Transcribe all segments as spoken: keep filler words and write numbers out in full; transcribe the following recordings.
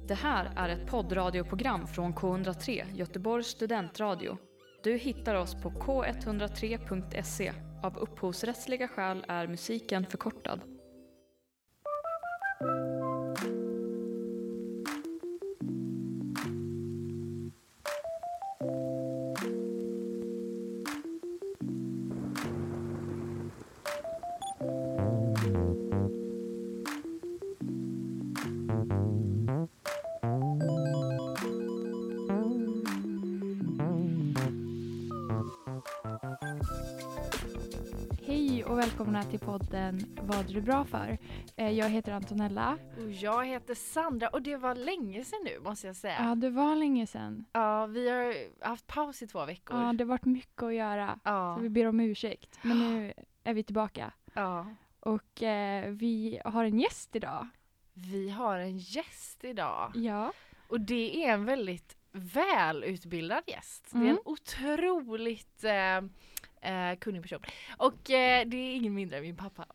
Det här är ett poddradioprogram från K ett noll tre, Göteborgs studentradio. Du hittar oss på k ett noll tre punkt se. Av upphovsrättsliga skäl är musiken förkortad. Välkomna till podden Vad är du bra för? Jag heter Antonella. Och jag heter Sandra. Och det var länge sedan nu, måste jag säga. Ja, det var länge sedan. Ja, vi har haft paus i två veckor. Ja, det har varit mycket att göra. Ja. Så vi ber om ursäkt. Men nu är vi tillbaka. Ja. Och eh, vi har en gäst idag. Vi har en gäst idag. Ja. Och det är en väldigt välutbildad gäst. Mm. Det är en otroligt... Eh, Eh, kunnig person. Och eh, det är ingen mindre än min pappa.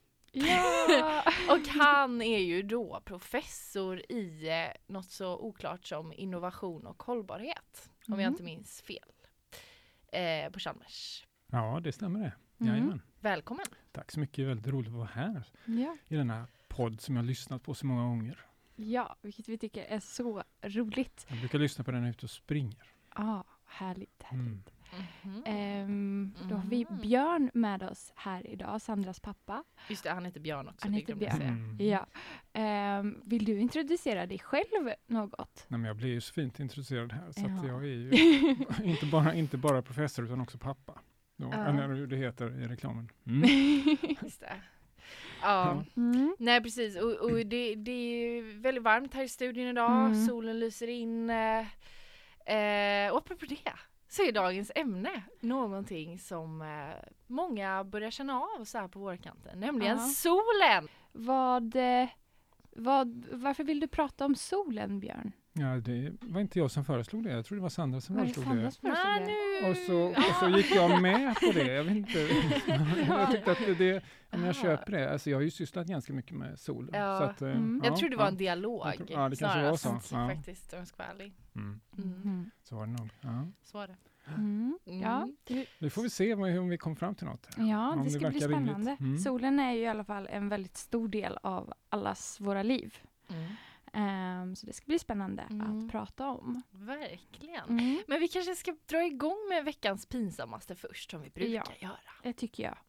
Ja. Och han är ju då professor i eh, något så oklart som innovation och hållbarhet. Mm. Om jag inte minns fel. Eh, på Chalmers. Ja, det stämmer det. Mm. Jajamän. Välkommen. Tack så mycket. Väldigt roligt att vara här. Ja. I denna podd som jag har lyssnat på så många gånger. Ja, vilket vi tycker är så roligt. Jag brukar lyssna på den ute och springer. Ja, härligt. härligt. Mm. Mm-hmm. Ehm, då har vi Mm. Björn med oss här idag, Sandras pappa. Just det, han heter Björn också. Han det heter glömde jag Björn. säga. Mm. Ja. Ehm, vill du introducera dig själv något? Nej, men jag blir ju så fint introducerad här. Så Ja. att jag är ju inte, bara, inte bara professor utan också pappa. Då, Ja. Eller det heter i reklamen. Mm. Just det. Ja. Mm. Nej, precis. Och, och det, det är väldigt varmt här i studion idag. Mm. Solen lyser in. Eh, eh, och apropå det så är dagens ämne någonting som eh, många börjar känna av så här på vårkanten. Nämligen Ja. solen! Vad, eh, vad, varför vill du prata om solen, Björn? Ja, det var inte jag som föreslog det. Jag tror det var Sandra som Var det föreslog det. Sandra som föreslog Nej, det? nu... Och så, och så gick jag med på det. Jag vet inte. Jag tyckte att det, om jag Aha. köper det. Alltså jag har ju sysslat ganska mycket med solen. Ja. Så att, eh, Mm. Jag ja, tror det var ja. en dialog. Jag tror- ja, det kanske var så. snarast, Ja. faktiskt, om jag ska vara ärlig. Mm. Mm. Mm. Så var det nog. Ja. Så var det. Mm. Ja, Mm. du, Nu får vi se om vi, om vi kommer fram till något. ja, Om det det ska bli verkar rimligt. spännande. Mm. Solen är ju i alla fall en väldigt stor del av allas våra liv. Mm. Ehm, så det ska bli spännande Mm. att prata om. Verkligen. Mm. Men vi kanske ska dra igång med veckans pinsammaste först, som vi brukar Ja. göra. Det tycker jag.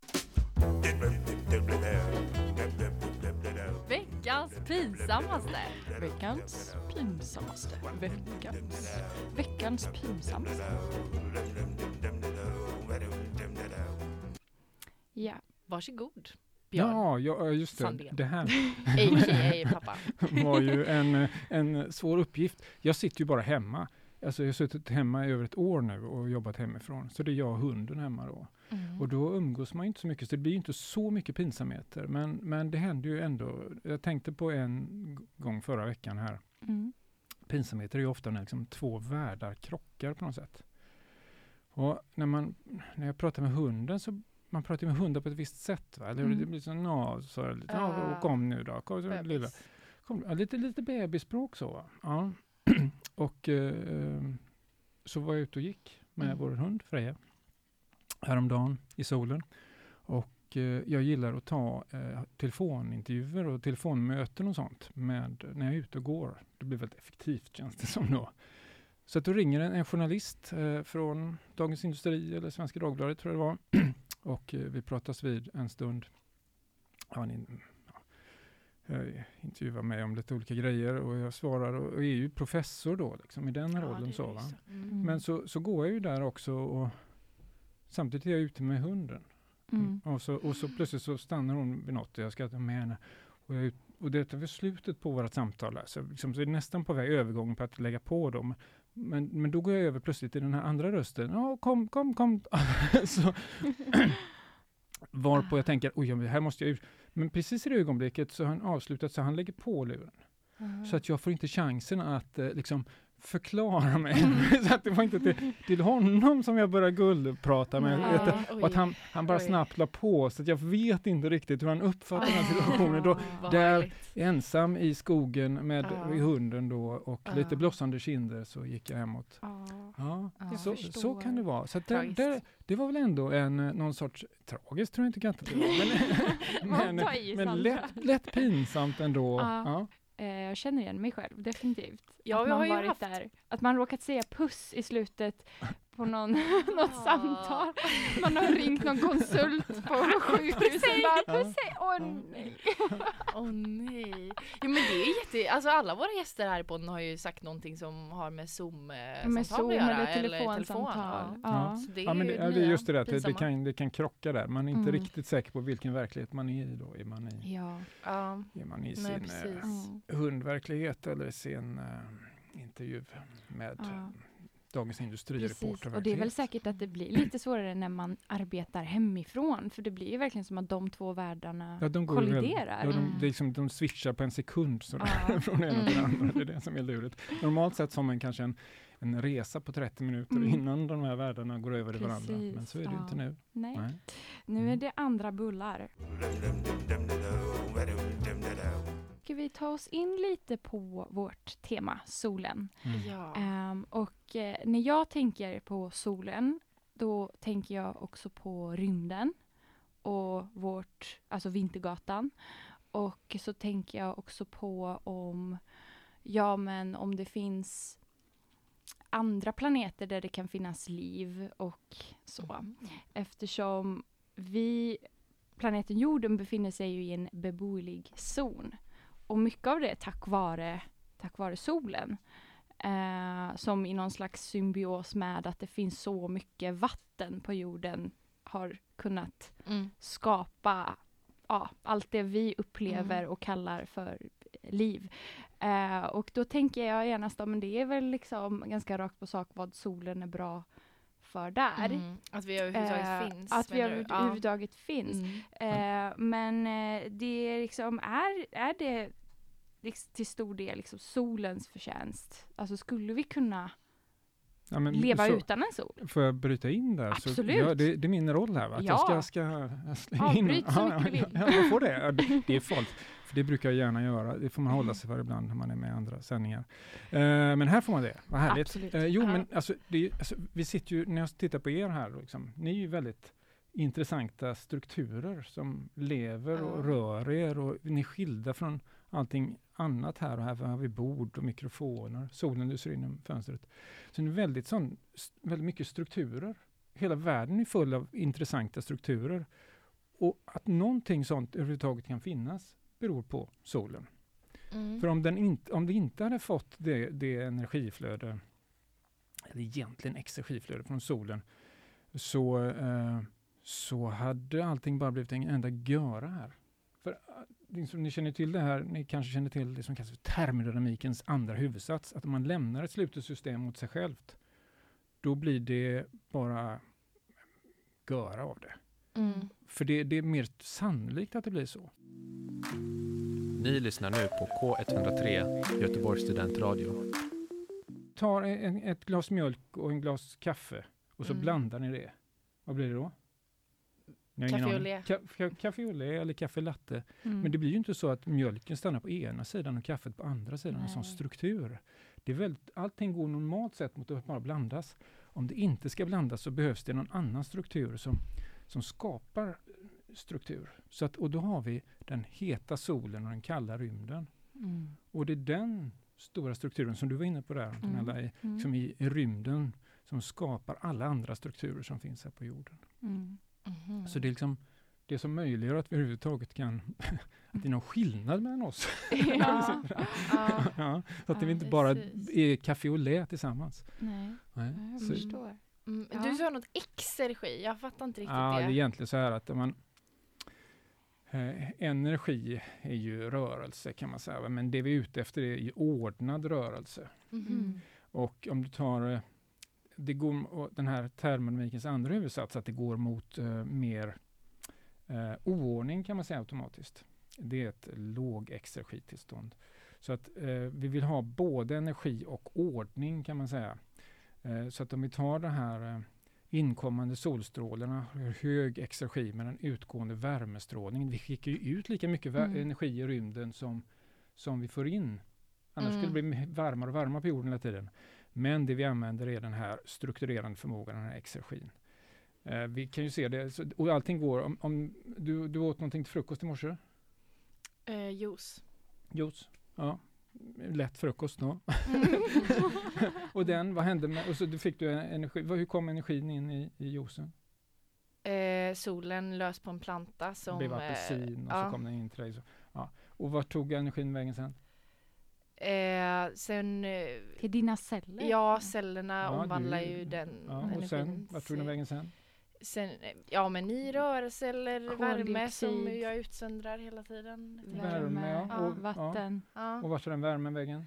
Veckans pinsammaste. Veckans pinsammaste. Veckans, veckans pinsammaste. Ja. Varsågod, Björn. Ja, ja, just det. Sandén. Det här A K A pappa. var ju en, en svår uppgift. Jag sitter ju bara hemma. Alltså jag har suttit hemma i över ett år nu och jobbat hemifrån. Så det är jag och hunden hemma då. Mm. Och då umgås man inte så mycket, så det blir inte så mycket pinsamheter. Men, men det händer ju ändå. Jag tänkte på en gång förra veckan här. Mm. Pinsamheter är ju ofta när liksom två världar krockar på något sätt. Och när, man, när jag pratar med hunden så man pratar med hundar på ett visst sätt. Va? Eller Mm. det blir så, nå, så är det lite, Ah. ja, kom nu då. Kom, så, Bebis. lilla. Kom, ja, lite, lite bebisspråk så. Va? Ja. och eh, så var jag ute och gick med Mm. vår hund Freja häromdagen i solen. Och eh, jag gillar att ta eh, telefonintervjuer och telefonmöten och sånt med, när jag är ute och går. Det blir väldigt effektivt, känns det som då. Så att då ringer en, en journalist eh, från Dagens Industri eller Svenska Dagbladet tror jag det var. och eh, vi pratas vid en stund. Ja, ni, ja, jag intervjuar mig om lite olika grejer och jag svarar och, och är ju professor då liksom, i den Ja, rollen. det är Så, ju va? så. Mm. Mm. Men så, så går jag ju där också och samtidigt är jag ute med hunden. Mm. Och, så, och så plötsligt så stannar hon vid något och jag ska ta med henne. Och, jag, och det är vid slutet på vårt samtal här, så, liksom, så är det nästan på väg övergången på att lägga på dem. Men, men då går jag över plötsligt till den här andra rösten. Ja, kom, kom, kom. så, varpå jag tänker, oj, här måste jag ut. Men precis i det ögonblicket så har han avslutat så han lägger på luren. Mm. Så att jag får inte chansen att eh, liksom förklara mig. Så att det var inte till, till honom som jag började guldprata med. Ja, Vet, och att han, han bara oj. snabbt la på, så att jag vet inte riktigt hur han uppfattar den här situationen. Då, Vad där härligt. ensam i skogen med Ja. i hunden då och Ja. lite blossande kinder, så gick jag hemåt. Ja. Ja, Ja, så, förstår. så kan det vara. Så att det, Tragiskt. det, det var väl ändå en, eh, någon sorts, tragiskt tror jag inte kanske det var, men, men, Ta i, men Sandra. lätt, lätt pinsamt ändå. Ja. Ja. Eh, jag känner igen mig själv, definitivt. Ja, att jag man har ju varit haft- där. Att man råkat säga puss i slutet på någon, något Ja. samtal. Man har ringt någon konsult på sjukhuset. Bara, Ja. puss, åh nej. Åh nej. Jo men det är jätte, alltså alla våra gäster här på podden har ju sagt någonting som har med Zoom-samtal Med Zoom att göra. eller telefon, telefonsamtal. ja. Ja. Så det är Ja, men ju det, ja, det är nya just det där, att det, det, pinsamma. kan, det kan krocka där. Man är inte Mm. riktigt säker på vilken verklighet man är i då. Är man i, Ja. Ja. är man i Nej, sin precis. eh, Mm. hundverklighet eller sin eh, intervju med Ja. eh, Dagens Precis, Industri-reporter. och det är väl säkert att det blir lite svårare när man arbetar hemifrån, för det blir ju verkligen som att de två världarna Ja, de går ju väl- kolliderar. Ja, de, Mm. det är liksom, de switchar på en sekund så Ja. från det ena till det Mm. andra. Det är det som är lurigt. Normalt sett som en, kanske en, en resa på trettio minuter Mm. innan de här världarna går över i varandra. Precis, Men så är det ju ja. inte nu. Nej, Nej. nu är Mm. det andra bullar. Ska vi ta oss in lite på vårt tema, solen? Mm. Ja. Ehm, och eh, när jag tänker på solen, då tänker jag också på rymden och vårt, alltså Vintergatan. Och så tänker jag också på om, ja men om det finns andra planeter där det kan finnas liv och så. Mm. Eftersom vi, planeten jorden befinner sig ju i en beboelig zon. Och mycket av det är tack vare, tack vare solen. Eh, som i någon slags symbios med att det finns så mycket vatten på jorden har kunnat Mm. skapa ja, allt det vi upplever Mm. och kallar för liv. Eh, och då tänker jag genast, ja, men det är väl liksom ganska rakt på sak vad solen är bra för där. Mm. Att vi överhuvudtaget Eh, finns. Att vi menar du? Ja. överhuvudtaget finns. Mm. Eh, men eh, det är liksom, är, är det liks- till stor del liksom solens förtjänst? Alltså skulle vi kunna Ja, men leva så, utan en sol? Får jag bryta in där? Så, Absolut. ja, det, det är min roll här, va? Att Ja. jag ska, ska jag slänga in. Avbryt så mycket du vill. Ja, jag får det. Ja, det. Det är farligt. För det brukar jag gärna göra. Det får man hålla sig för ibland när man är med i andra sändningar. Eh, men här får man det. Vad härligt. Absolut. Eh, jo, Ja. men alltså, det är, alltså, vi sitter ju, när jag tittar på er här, liksom, ni är ju väldigt intressanta strukturer som lever och Ja. rör er, och ni är skilda från allting annat här, och här har vi bord och mikrofoner, solen lyser in genom fönstret. Så det är väldigt, sån, st- väldigt mycket strukturer. Hela världen är full av intressanta strukturer. Och att någonting sånt överhuvudtaget kan finnas beror på solen. Mm. För om, den inte, om det inte hade fått det, det energiflöde, eller egentligen exergiflöde från solen, så, eh, så hade allting bara blivit en enda göra här. För eh, liksom, ni känner till det här, ni kanske känner till det som kallas för termodynamikens andra huvudsats, att om man lämnar ett slutet system mot sig självt, då blir det bara göra av det. Mm. För det, det är mer sannolikt att det blir så. Ni lyssnar nu på K ett noll tre, Göteborgs studentradio. Ta en, ett glas mjölk och en glas kaffe och så Mm. blandar ni det. Vad blir det då? Ni har ingen Café au aning. lait. Ka- ka- Café au lait eller kaffe latte. Mm. Men det blir ju inte så att mjölken stannar på ena sidan och kaffet på andra sidan. En sån Nej. struktur. Det är väldigt, allting går normalt sett mot att bara blandas. Om det inte ska blandas så behövs det någon annan struktur som, som skapar struktur. Så att, och då har vi den heta solen och den kalla rymden. Mm. Och det är den stora strukturen som du var inne på där, Antonella, i, Mm. som i, i rymden, som skapar alla andra strukturer som finns här på jorden. Mm. Mhm. Så det är liksom det som möjliggör att vi överhuvudtaget kan, att det är någon skillnad mellan oss. Ja. Ja. Ja, så att Ja, vi inte bara precis. är café au lait tillsammans. Nej, Nej. jag Så, förstår. Mm. Ja. Du sa något exergi, jag fattar inte riktigt ja, det är det. egentligen så här att om man eh, energi är ju rörelse kan man säga, men det vi är ute efter är ju ordnad rörelse. Mhm. Och om du tar eh, det går, och den här termodynamikens andra huvudsats, att det går mot eh, mer eh, oordning kan man säga automatiskt. Det är ett låg exergitillstånd. Så att eh, vi vill ha både energi och ordning kan man säga. Eh, så att om vi tar det här eh, inkommande solstrålarna, hög exergi med den utgående värmestrålningen. Vi skickar ju ut lika mycket vär- Mm. energi i rymden som, som vi får in. Annars Mm. skulle det bli varmare och varmare på jorden hela tiden. Men det vi använder är den här strukturerande förmågan, den här exergin. Eh, vi kan ju se det, så, och allting går. Om, om du, du åt någonting till frukost i morse? Eh, juice. Juice? Ja. Lätt frukost då. Och den, vad hände med, och så du fick du energi, hur kom energin in i, i juicen? Eh, solen lös på en planta Det som... blev apelsin och eh, så ja. kom den in till dig. Så. Ja. Och vart tog energin vägen sen? Eh, sen... Eh, Till dina celler? ja, cellerna Ja, omvandlar du- ju den Ja, energin. och sen, vart tog den vägen sen? Sen, eh, ja men i rörelse eller värme som Koldioxid. jag utsöndrar hela tiden. Värme, ja. Ja. Och, Vatten. Ja. och vart tar den värmen vägen?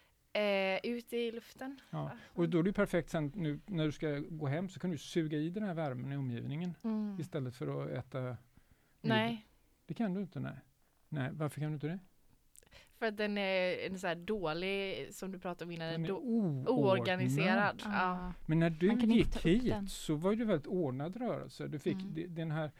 Eh, ut i luften. Ja. Och då är det perfekt sen nu när du ska gå hem så kan du suga i den här värmen i omgivningen Mm. istället för att äta middag. Nej, Det kan du inte, nej. Nej, varför kan du inte det? för att den är en så här dålig, som du pratade om innan, Den är då, oordnad. oorganiserad. Ja. Ah. Men när du Man kan inte gick ta upp hit den. så var det väldigt ordnad rörelse. Du fick Mm. de- den här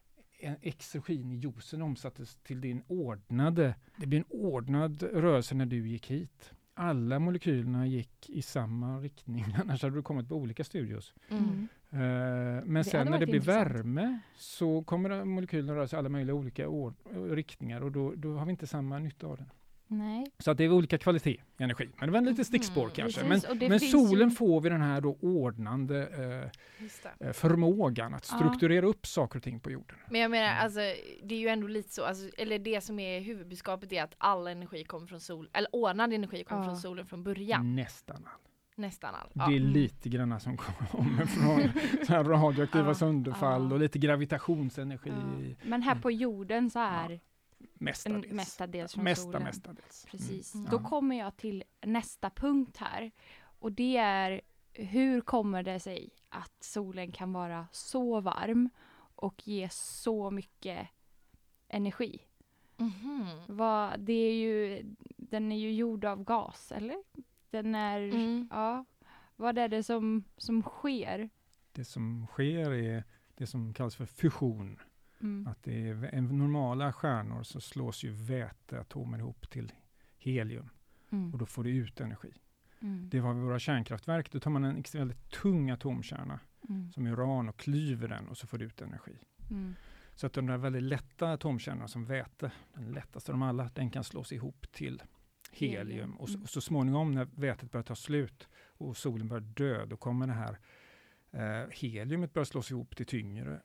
en exergin i juicen omsattes till din ordnade. Det blir en ordnad rörelse när du gick hit. Alla molekylerna gick i samma riktning, annars hade du kommit på olika studios. Mm. Eh, men Det sen hade när det varit blir intressant. värme så kommer de molekylerna röra sig i alla möjliga olika ord- riktningar och då, då har vi inte samma nytta av den. Nej. Så att det är olika kvalitet i energi. Men det var en lite stickspår Mhm, kanske. precis, och Men, det men finns solen ju- får vi den här då ordnande eh, Just det. eh, förmågan att Ja. strukturera upp saker och ting på jorden. Men jag menar, alltså, det är ju ändå lite så, alltså, eller det som är huvudbudskapet är att all energi kommer från sol, eller ordnad energi kommer Ja. från solen från början. Nästan all. Nästan all. Det Ja. är lite grann som kommer från så här radioaktiva Ja, sönderfall ja. och lite gravitationsenergi. Ja. Men här på jorden så är en Mestadels. mestadels från Mesta, solen. mestadels. Precis. Mm. Då Ja. kommer jag till nästa punkt här. Och det är hur kommer det sig att solen kan vara så varm och ge så mycket energi? Mhm. Vad, det är ju, den är ju gjord av gas, eller? Den är, Mm. ja. Vad är det som, som sker? Det som sker är det som kallas för fusion. Mm. Att det är v- en normala stjärnor så slås ju väteatomer ihop till helium Mm. och då får du ut energi. Mm. Det var vid våra kärnkraftverk, då tar man en extremt väldigt tung atomkärna Mm. som uran och klyver den och så får du ut energi. Mm. Så att de där väldigt lätta atomkärnorna som väte, den lättaste av dem alla, den kan slås ihop till helium. Helium, Och, så, mm. och så småningom när vätet börjar ta slut och solen börjar dö, då kommer det här eh, heliumet börjar slås ihop till tyngre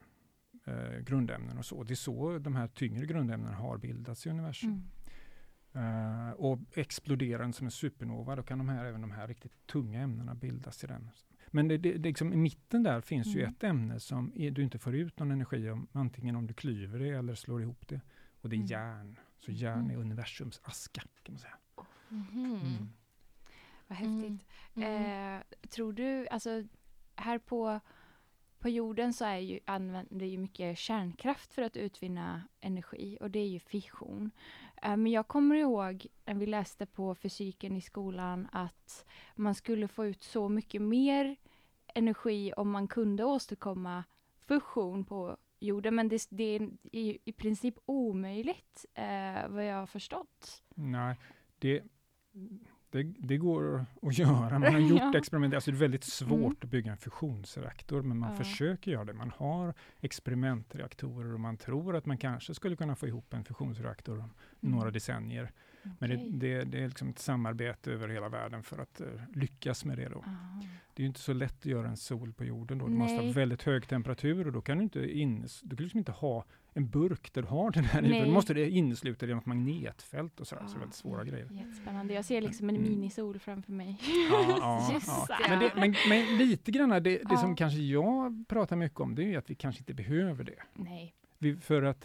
eh, grundämnen och så. Det är så de här tyngre grundämnena har bildats i universum. Mm. Eh, och exploderar den som en supernova, då kan de här, även de här riktigt tunga ämnena bildas i den. Men det, det, det liksom, i mitten där finns ju Mm. ett ämne som är, du inte får ut någon energi om, antingen om du klyver det eller slår ihop det. Och det är Mm. järn. Så järn Mm. är universums aska, kan man säga. Mhm. Mm. Vad häftigt. Mm. Eh, tror du, alltså här på, på jorden så är ju, använder ju mycket kärnkraft för att utvinna energi och det är ju fission. Eh, men jag kommer ihåg när vi läste på fysiken i skolan att man skulle få ut så mycket mer energi om man kunde åstadkomma fusion på jorden, men det, det är i, i princip omöjligt eh, vad jag har förstått. Nej, det, det, det går att göra. Man har gjort Ja. experiment. Alltså det är väldigt svårt Mm. att bygga en fusionsreaktor, men man Ja. försöker göra det. Man har experimentreaktorer och man tror att man kanske skulle kunna få ihop en fusionsreaktor om några decennier. Men det, Okej. det, det är liksom ett samarbete över hela världen för att uh, lyckas med det då. Aha. Det är ju inte så lätt att göra en sol på jorden då. Du måste ha Nej. väldigt hög temperatur och då kan du inte, innes, du kan liksom inte ha en burk där du har den här i. Nej. Du måste det innesluta i något magnetfält och sådär. Så det är Ja. väldigt svåra grejer. Jättespännande. Jag ser liksom en Mm. minisol framför mig. Ja, ja, Just ja. det. Men, det, men, men lite grann, det, det Ja. som kanske jag pratar mycket om, det är ju att vi kanske inte behöver det. Nej. Vi, för att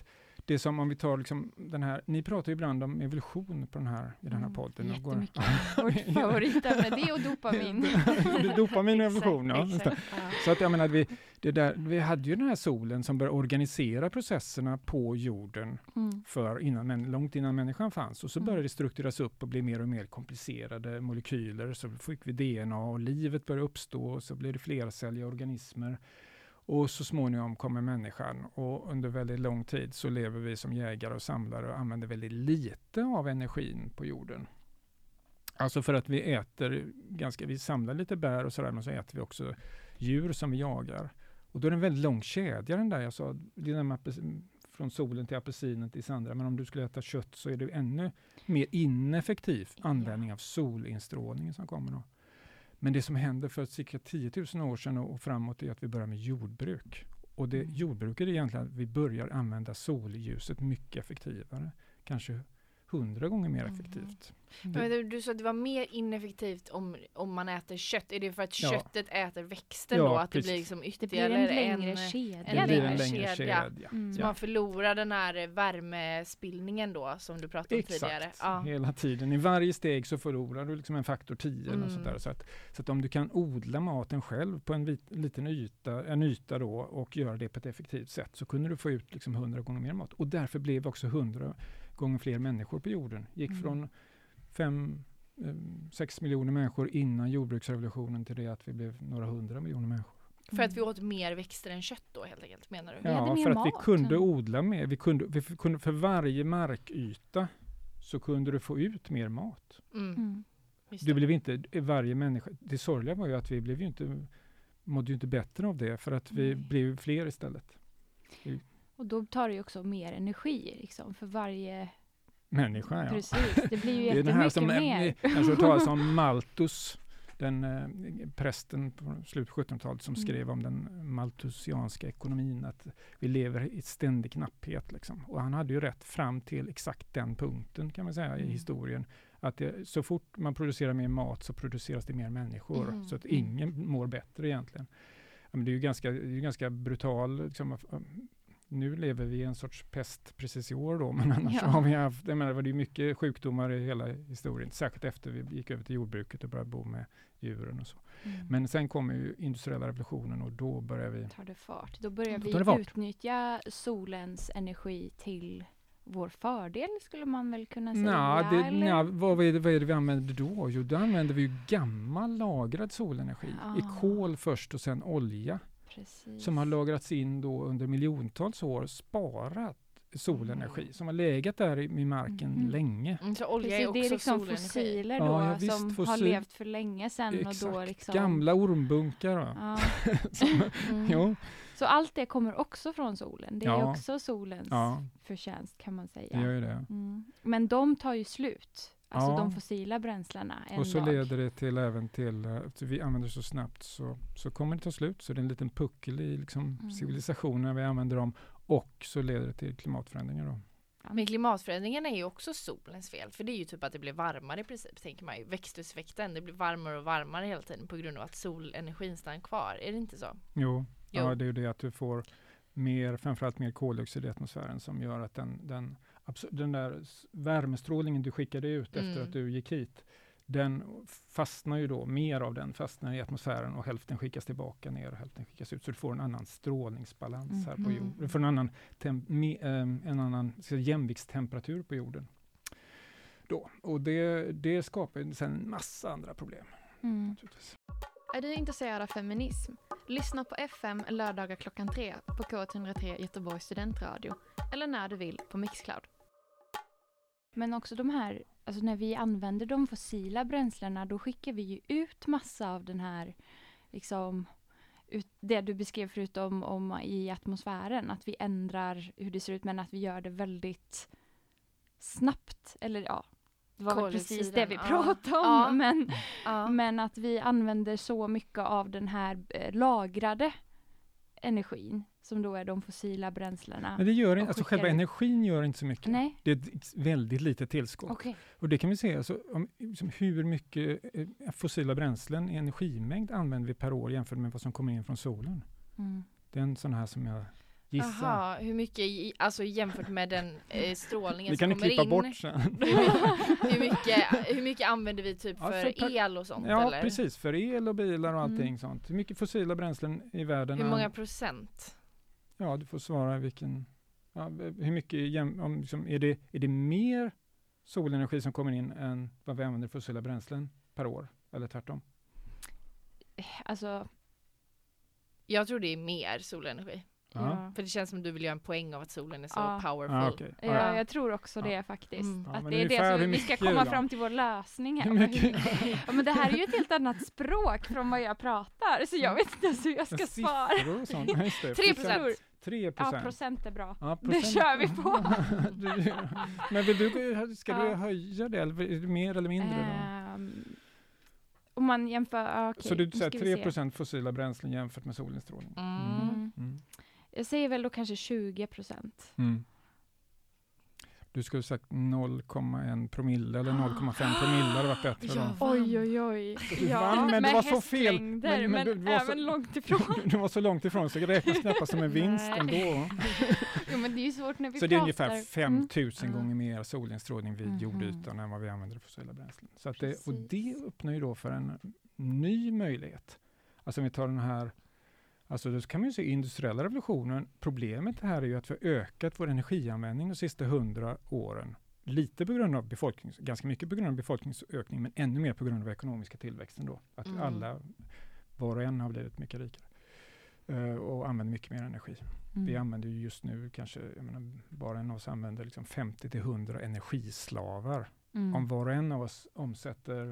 det är som om vi tar liksom den här, ni pratar ju ibland om evolution på den här, i den här podden. Mm, jättemycket. Vårt favoritämne, det är och dopamin. Dopamin och evolution, ja. Exakt, exakt. Ja. Så att jag menar, vi, det där, vi hade ju den här solen som började organisera processerna på jorden Mm. för innan, men långt innan människan fanns. Och så Mm. började det struktureras upp och bli mer och mer komplicerade molekyler. Så fick vi D N A och livet började uppstå och så blev det flercelliga organismer. Och så småningom kommer människan och under väldigt lång tid så lever vi som jägare och samlare och använder väldigt lite av energin på jorden. Alltså för att vi äter ganska, vi samlar lite bär och sådär, men så äter vi också djur som vi jagar. Och då är det en väldigt lång kedja den där, jag sa, det är apelsin, från solen till apelsinen till Sandra, men om du skulle äta kött så är det ännu mer ineffektiv användning av solinstrålningen som kommer då. Men det som händer för cirka tio tusen år sedan och framåt är att vi börjar med jordbruk. Och det, jordbruket är egentligen att vi börjar använda solljuset mycket effektivare. Kanske hundra gånger mer effektivt. Mm. Du, du sa att det var mer ineffektivt om, om man äter kött. Är det för att Ja. köttet äter växten Ja, då? Att precis. det blir liksom Det blir ytterligare en längre en... kedja. en Det blir en längre längre kedja. kedja. Mm. Så man förlorar den här värmespillningen då som du pratade om Exakt, tidigare. Ja. hela tiden. I varje steg så förlorar du liksom en faktor tio. Mm. Eller något sånt där. Så, att, så att om du kan odla maten själv på en vit, liten yta, en yta då, och göra det på ett effektivt sätt så kunde du få ut liksom hundra gånger mer mat. Och därför blev också hundra gånger fler människor på jorden. Gick Mm. från fem, sex miljoner människor innan jordbruksrevolutionen till det att vi blev några hundra miljoner människor. För att vi åt mer växter än kött då helt enkelt, menar du? Vi hade Ja, mer för att mat. vi kunde odla mer. Vi kunde, vi kunde för varje markyta så kunde du få ut mer mat. Mm. Mm. Just Du det. blev inte varje människa. Det sorgliga var ju att vi blev ju inte, mådde ju inte bättre av det för att vi Nej. blev fler istället. Och då tar det ju också mer energi liksom, för varje... Människa, ja. Precis, det blir ju Det är den här jättemycket som mer. kanske talas om Malthus, den eh, prästen på slutet av sjuttonhundratalet som Mm. skrev om den malthusianska ekonomin, att vi lever i ständig knapphet. Liksom. Och han hade ju rätt fram till exakt den punkten kan man säga i Mm. historien. Att det, så fort man producerar mer mat så produceras det mer människor. Mm. Så att Mm. ingen mår bättre egentligen. Ja, men det är ju ganska, det är ju ganska brutal. Liksom, nu lever vi i en sorts pest precis i år då, men annars Ja. så har vi haft, jag menar, det var ju mycket sjukdomar i hela historien, särskilt efter vi gick över till jordbruket och började bo med djuren och så. Mm. Men sen kommer ju industriella revolutionen och då börjar vi... tar det fart. Då börjar Då vi tar det fart. utnyttja solens energi till vår fördel, skulle man väl kunna säga. Nja, det, eller? nja, vad, är det, vad är det vi använder då? Jo, då använder vi ju gammal lagrad solenergi. I Ah. kol först och sen olja. Precis. Som har lagrats in då under miljontals år, sparat solenergi. Som har legat där i, i marken Mhm. länge. Mm, så olja Precis, är det också är liksom solenergi. fossiler då, Ja, ja, visst, som har fossil- levt för länge sedan. Och då Exakt. liksom, Gamla ormbunkar. Va? Ja. Som, Mm. jo, Så allt det kommer också från solen. Det är Ja. också solens ja, förtjänst kan man det säga. gör ju det. Mm. Men de tar ju slut. Alltså Ja. de fossila bränslena en Och så dag. leder det till även till eh, att vi använder så snabbt så, så kommer det ta slut. Så det är en liten puckel i liksom, Mm. civilisationen när vi använder dem. Och så leder det till klimatförändringar då. Men klimatförändringen är ju också solens fel. För det är ju typ att det blir varmare i princip, tänker man ju. Växthuseffekten, det blir varmare och varmare hela tiden på grund av att solenergin stannar kvar. Är det inte så? Jo, Jo. Ja, det är ju det att du får mer, framförallt mer koldioxid i atmosfären som gör att den, den, abs- den där s- värmestrålningen du skickade ut efter Mm. att du gick hit, den fastnar ju då, mer av den fastnar i atmosfären och hälften skickas tillbaka ner och hälften skickas ut. Så du får en annan strålningsbalans här på Mhm. jorden. Du får en annan, tem- me, ehm, en annan ska jag säga, jämviktstemperatur på jorden. Då. Och det, det skapar ju sen en massa andra problem. Mm. Naturligtvis. Är du intresserad av feminism? Lyssna på F M lördagar klockan tre på K ett noll tre Göteborgs studentradio. Eller när du vill på Mixcloud. Men också de här, alltså när vi använder de fossila bränslena, då skickar vi ju ut massa av den här, liksom, ut, det du beskrev förut om, om i atmosfären, att vi ändrar hur det ser ut, men att vi gör det väldigt snabbt, eller ja, det var väl precis det vi Koldioxiden, ja. pratade om, Ja. men, Ja. men att vi använder så mycket av den här eh, lagrade energin, som då är de fossila bränslena. Men det gör Och inte, alltså skickar själva ut. energin gör inte så mycket. Nej, Det är ett väldigt litet tillskott. okej. Och det kan vi se, alltså, om, liksom, hur mycket eh, fossila bränslen i energimängd använder vi per år jämfört med vad som kommer in från solen. Mm. Det är en sån här som jag Gissa. Jaha, hur mycket, i- alltså jämfört med den eh, strålningen Vi som kan ju kommer klippa in. bort sen. hur, mycket, hur mycket använder vi typ Ja, för, för per- el och sånt? Ja, eller? precis. För el och bilar och allting Mm. sånt. Hur mycket fossila bränslen i världen? Hur är- många procent? Ja, du får svara vilken... Ja, hur mycket... jäm- Om, liksom, är, det, är det mer solenergi som kommer in än vad vi använder fossila bränslen per år? Eller tvärtom? Alltså, Jag tror det är mer solenergi. Ja. ja. För det känns som du vill göra en poäng av att solen är så Ja. powerful. Ah, okej. Ja, Ja, ja. jag tror också Ja. det faktiskt. Mm. Ja, Att men det är ungefär det hur som vi ska mycket komma då? fram till vår lösning här. Hur mycket? Ja, men det här är ju ett helt annat språk från vad jag pratar, så jag vet inte ens hur jag ska svara. Siffror och sånt. Ja, just det. Tre Jag tror- procent. Tre Ja, procent. procent är bra. Ja, Det kör vi på. Du- Men vill du, ska du Ja. höja det? Eller är det mer eller mindre? Då? Ehm, om man jämför, ja, okej, Så du nu säger ska vi tre se. procent fossila bränslen jämfört med solinstrålning? Mm. Mm. Mm. Jag säger väl då kanske tjugo procent. Mm. Du skulle sagt noll komma en promille eller noll komma fem promille hade varit bättre då. Ja. Oj, oj, oj. Du vann, men det med var så fel. hästlängder, Men- men men, du- du var så- även långt ifrån. Du var så långt ifrån så det räknas knappast som en vinst Nej. ändå. Jo, men det är ju svårt när vi Så det är pratar. ungefär fem tusen Mm. gånger mer solinstrålning vid Mhm. jordytan än vad vi använder fossila bränslen. Så att det, och det Precis. öppnar ju då för en ny möjlighet. Alltså om vi tar den här, alltså då kan man ju se industriella revolutionen. Problemet här är ju att vi har ökat vår energianvändning de sista hundra åren. Lite på grund av befolknings, ganska mycket på grund av befolkningsökning, men ännu mer på grund av ekonomiska tillväxten då. Att Mm. alla, var och en har blivit mycket rikare. Uh, och använder mycket mer energi. Mm. Vi använder ju just nu kanske, jag menar, var och en av oss använder liksom femtio till hundra energislavar. Mm. Om var och en av oss omsätter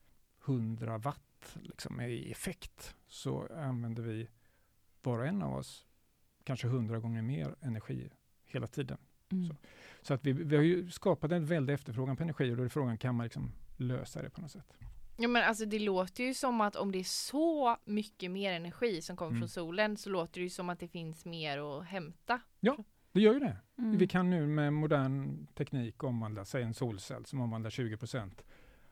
hundra watt liksom, i effekt, så använder vi var och en av oss kanske hundra gånger mer energi hela tiden. Mm. Så. Så att vi, vi har ju skapat en väldig efterfrågan på energi och då är frågan, kan man liksom lösa det på något sätt? Ja, men alltså det låter ju som att om det är så mycket mer energi som kommer Mm. från solen så låter det ju som att det finns mer att hämta. Det gör ju det. Mm. Vi kan nu med modern teknik omvandla, säg en solcell som omvandlar tjugo procent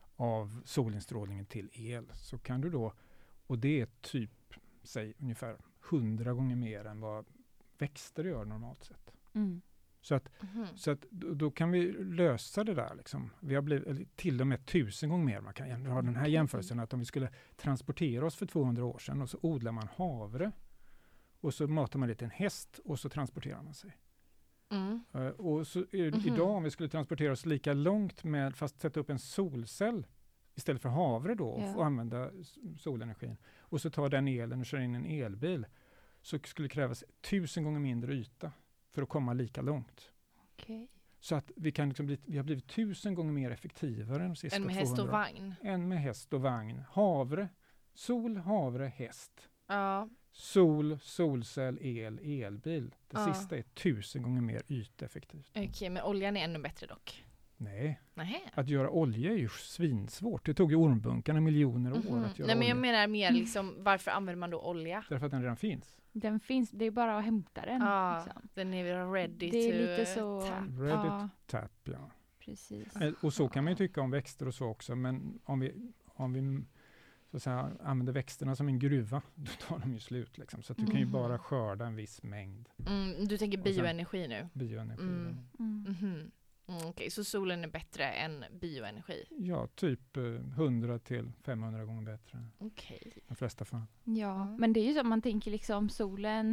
av solinstrålningen till el. Så kan du då, och det är typ, säg ungefär hundra gånger mer än vad växter gör normalt sett. Mm. Så att, Mhm. så att då, då kan vi lösa det där. Liksom. Vi har blivit eller till och med tusen gånger mer. Man kan jäm- ha den här jämförelsen att om vi skulle transportera oss för tvåhundra år sedan och så odlar man havre och så matar man det till en häst och så transporterar man sig. Mm. Uh, och så är, Mhm. idag om vi skulle transportera oss lika långt med, fast sätta upp en solcell istället för havre då och Ja. få använda s- solenergin och så tar den elen och kör in en elbil, så skulle det krävas tusen gånger mindre yta för att komma lika långt. Okej. Så att vi, kan liksom bli, vi har blivit tusen gånger mer effektivare de sista En med häst och tvåhundra vagn. En med häst och vagn. Havre, sol, havre, häst. Ja. Sol, solcell, el, elbil. Det Ja. sista är tusen gånger mer yteffektivt. Okej, men oljan är ännu bättre dock. Nej, Nähä. att göra olja är ju svinsvårt. Det tog ju ormbunkarna miljoner år Mhm. att göra Nej, men jag olja. menar mer liksom, varför använder man då olja? Därför att den redan finns. Den finns, det är bara att hämta den. Ja, Liksom. den är ready Det är to lite så... tap. Ready Ja, Tap, ja. precis. Eh, Och så kan man ju tycka om växter och så också. Men om vi, om vi så att säga, använder växterna som en gruva, då tar de ju slut. Liksom. Så att du kan ju Mhm. bara skörda en viss mängd Mm, du tänker Och sen- bioenergi nu? bioenergi. Mm. Mm. Mhm. Mm, Okej, så solen är bättre än bioenergi? Ja, typ eh, hundra till femhundra gånger bättre Okej. i de flesta fall. Ja, Mm. men det är ju så man tänker liksom solen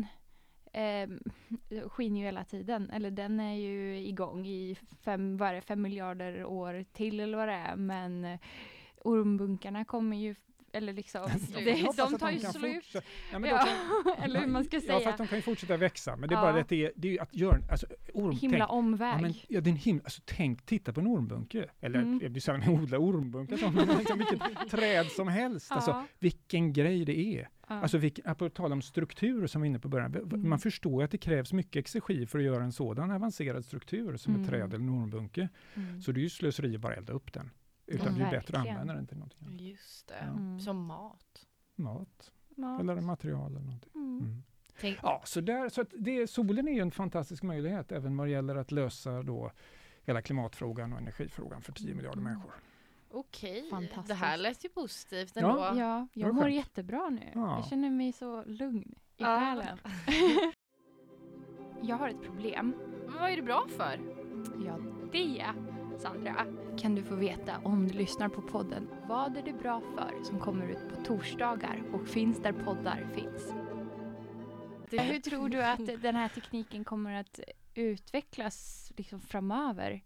eh, skiner ju hela tiden. Eller den är ju igång i fem, vad är det, fem miljarder år till eller vad det är. Men eh, ormbunkarna kommer ju, eller liksom, Slut. det, Jag hoppas de att tar ju kan slut. fortsätta- Ja, men Ja, de kan, eller hur man ska Ja, säga. fast de kan ju fortsätta växa. Men det är Ja. bara det att det är, det är ju att göra, alltså orm, Himla tänk, omväg. ja, men, ja, det är en himla, alltså tänk, titta på en ormbunke. Eller Mm. det är sällan man odlar ormbunkar, som, men liksom vilket träd som helst. Alltså, Ja, vilken grej det är. ja. Alltså, vilken, att tala om struktur som vi var inne på början. V- Mm. Man förstår att det krävs mycket exergi för att göra en sådan avancerad struktur som Mm. ett träd eller en ormbunke. Mm. Så det är ju slöseri att bara elda upp den. Utan Ja, det är bättre att verkligen. använda den till någonting annat. Just det. Ja. Mm. Som mat. Mat Mat. eller material eller någonting. Mm. Mm. Tänk, Ja, så, där, så att det, solen är ju en fantastisk möjlighet även vad det gäller att lösa då hela klimatfrågan och energifrågan för tio miljarder Mm. människor. Okej, Fantastiskt. det här lät ju positivt Ja. ändå. Ja, Vad jag mår skönt. jättebra nu. Ja. Jag känner mig så lugn i Ja. själen. Jag har ett problem. Men vad är det bra för? Ja, det, Sandra, kan du få veta om du lyssnar på podden. Vad är det bra för som kommer ut på torsdagar och finns där poddar finns? Det, hur tror du att den här tekniken kommer att utvecklas liksom framöver?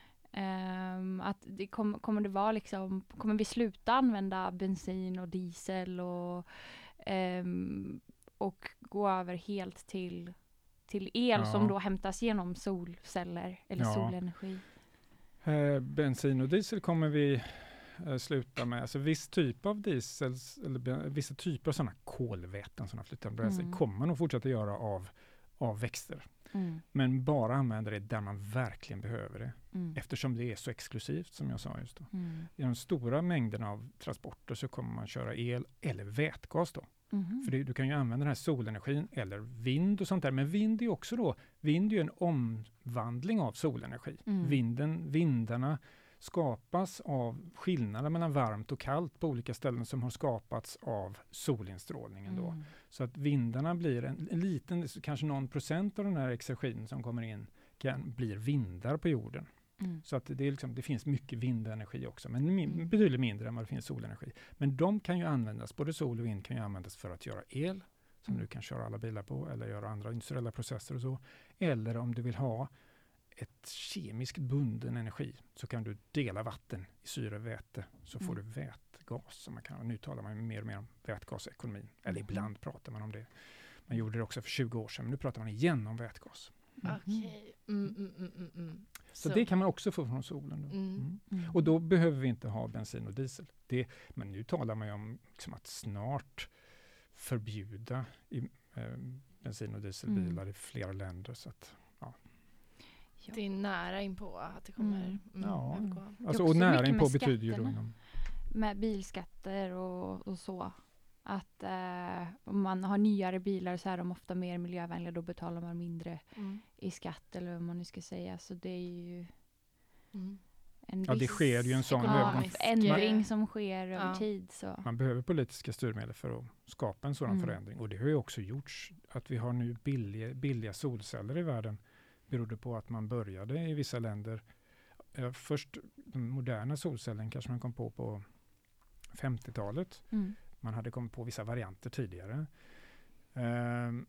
Um, att det kom, kommer det vara liksom, kommer vi sluta använda bensin och diesel och, um, och gå över helt till, till el Ja. som då hämtas genom solceller eller Ja. solenergi? Eh, bensin och diesel kommer vi eh, sluta med. Alltså viss typ av diesel, eller be- vissa typer av sådana kolväten, sådana flytande bränslen, Mm. kommer man nog fortsätta göra av, av växter. Mm. Men bara använda det där man verkligen behöver det. Mm. Eftersom det är så exklusivt som jag sa just då. Mm. I de stora mängderna av transporter så kommer man köra el eller vätgas då. Mhm. För det, du kan ju använda den här solenergin eller vind och sånt där. Men vind är också då, vind är ju en omvandling av solenergi. Mm. Vinden, vindarna skapas av skillnader mellan varmt och kallt på olika ställen som har skapats av solinstrålningen då. Mm. Så att vindarna blir en, en liten, kanske någon procent av den här exergin som kommer in kan, blir vindar på jorden. Mm. Så att det, är liksom, det finns mycket vindenergi också, men min, Mm. betydligt mindre än vad det finns solenergi. Men de kan ju användas, både sol och vind kan ju användas för att göra el, som Mm. du kan köra alla bilar på, eller göra andra industriella processer och så. Eller om du vill ha ett kemiskt bunden energi, så kan du dela vatten i syreväte, så får Mm. du vätgas. Som man kan. Nu talar man ju mer och mer om vätgasekonomin, eller Mm. ibland pratar man om det. Man gjorde det också för tjugo år sedan, men nu pratar man igen om vätgas. Mhm. Okej. Mm, mm, mm, mm, mm. Så, det kan man också få från solen. Då. Mm. Mm. Mm. Och då behöver vi inte ha bensin och diesel. Det, men nu talar man ju om liksom att snart förbjuda i, eh, bensin och dieselbilar Mm. i flera länder. Så att, Ja. Det är nära in på att det kommer Mm. mm. Ja. övergå. alltså, också och mycket näring på med betyder ju då skatterna. inom, Med bilskatter och, och så. Att eh, om man har nyare bilar så är de ofta mer miljövänliga. Då betalar man mindre Mm. i skatt eller vad man nu ska säga. Så det är ju Mm. en ja, det viss sker ju en sån ekonomisk- övergång. ändring som sker över Ja. tid. Så. Man behöver politiska styrmedel för att skapa en sådan Mm. förändring. Och det har ju också gjorts att vi har nu billiga, billiga solceller i världen. Berodde på att man började i vissa länder. Eh, först den moderna solcellen kanske man kom på på femtiotalet. Mm. Man hade kommit på vissa varianter tidigare. Ehm,